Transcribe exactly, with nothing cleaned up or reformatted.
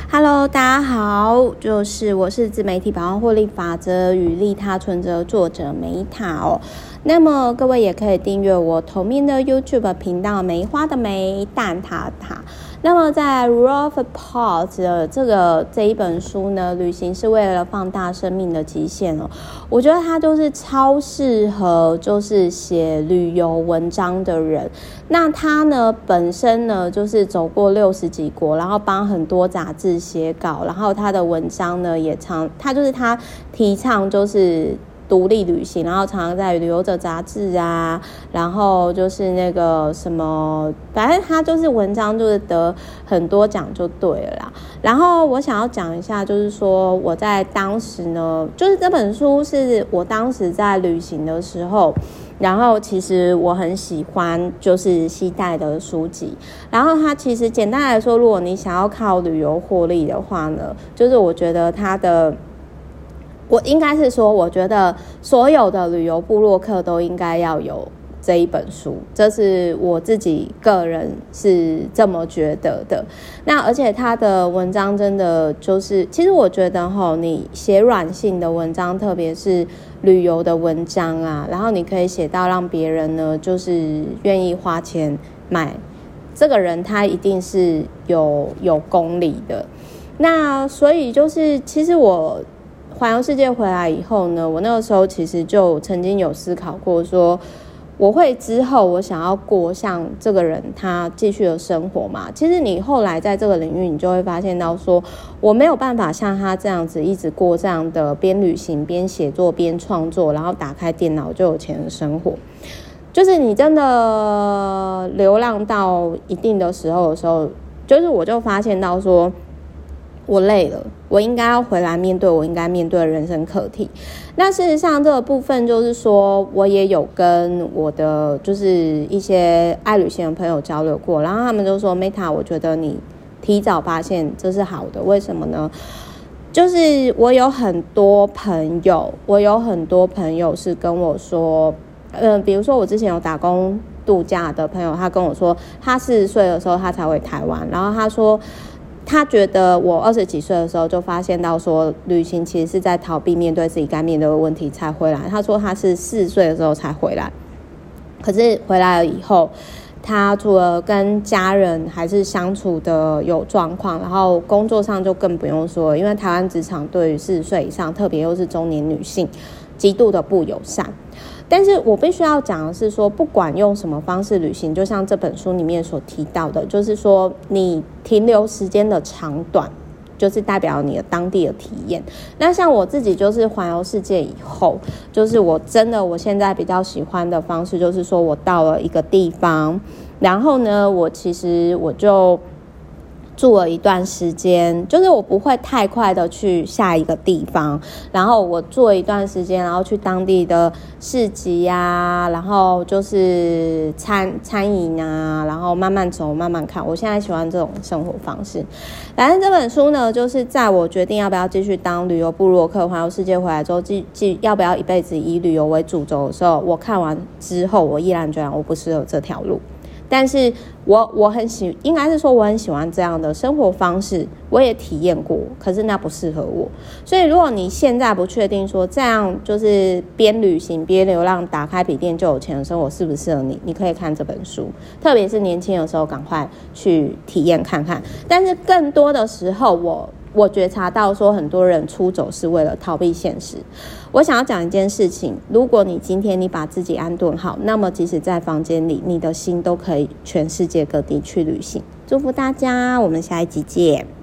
Hello， 大家好，就是我是自媒体百万获利法则与利他存折作者梅塔哦。那么各位也可以订阅我同名的 YouTube 频道梅花的梅蛋挞挞。那么在 Rolf Potts 的这个这一本书呢，旅行是为了放大生命的极限哦。我觉得它就是超适合就是写旅游文章的人。那他呢本身呢就是走过六十几国，然后帮很多杂志写稿，然后他的文章呢也常，他就是他提倡就是独立旅行，然后常常在旅游者杂志啊，然后就是那个什么，反正他就是文章就是得很多奖就对了啦。然后我想要讲一下，就是说我在当时呢，就是这本书是我当时在旅行的时候，然后其实我很喜欢就是携带的书籍，然后它其实简单来说，如果你想要靠旅游获利的话呢，就是我觉得它的我应该是说，我觉得所有的旅游部落客都应该要有这一本书，这是我自己个人是这么觉得的。那而且他的文章真的就是，其实我觉得齁，你写软性的文章，特别是旅游的文章啊，然后你可以写到让别人呢，就是愿意花钱买，这个人他一定是有有功力的。那所以就是，其实我环游世界回来以后呢，我那个时候其实就曾经有思考过说，我会之后我想要过像这个人他继续的生活嘛。其实你后来在这个领域，你就会发现到说，我没有办法像他这样子一直过这样的边旅行边写作边创作，然后打开电脑就有钱的生活。就是你真的流浪到一定的时候的时候，就是我就发现到说，我累了，我应该要回来面对我应该面对的人生课题。那事实上这个部分就是说，我也有跟我的就是一些爱旅行的朋友交流过，然后他们就说 Meta 我觉得你提早发现这是好的。为什么呢？就是我有很多朋友我有很多朋友是跟我说呃，比如说我之前有打工度假的朋友，他跟我说他四十岁的时候他才回台湾，然后他说他觉得我二十几岁的时候就发现到说，旅行其实是在逃避面对自己该面对的问题才回来。他说他是四十岁的时候才回来，可是回来了以后，他除了跟家人还是相处的有状况，然后工作上就更不用说了，因为台湾职场对于四十岁以上，特别又是中年女性，极度的不友善。但是我必须要讲的是说，不管用什么方式旅行，就像这本书里面所提到的，就是说你停留时间的长短，就是代表你的当地的体验。那像我自己就是环游世界以后，就是我真的我现在比较喜欢的方式，就是说我到了一个地方，然后呢，我其实我就住了一段时间，就是我不会太快的去下一个地方，然后我住了一段时间，然后去当地的市集啊，然后就是餐餐饮啊，然后慢慢走慢慢看。我现在喜欢这种生活方式。反正这本书呢，就是在我决定要不要继续当旅游部落客环游世界回来之后，继继要不要一辈子以旅游为主轴的时候，我看完之后，我依然觉得我不适合这条路。但是我我很喜，应该是说我很喜欢这样的生活方式，我也体验过，可是那不适合我。所以如果你现在不确定说这样就是边旅行边流浪，打开笔电就有钱的生活适不适合你，你可以看这本书，特别是年轻的时候赶快去体验看看。但是更多的时候我我觉察到说，很多人出走是为了逃避现实。我想要讲一件事情，如果你今天你把自己安顿好，那么即使在房间里，你的心都可以全世界各地去旅行。祝福大家，我们下一集见。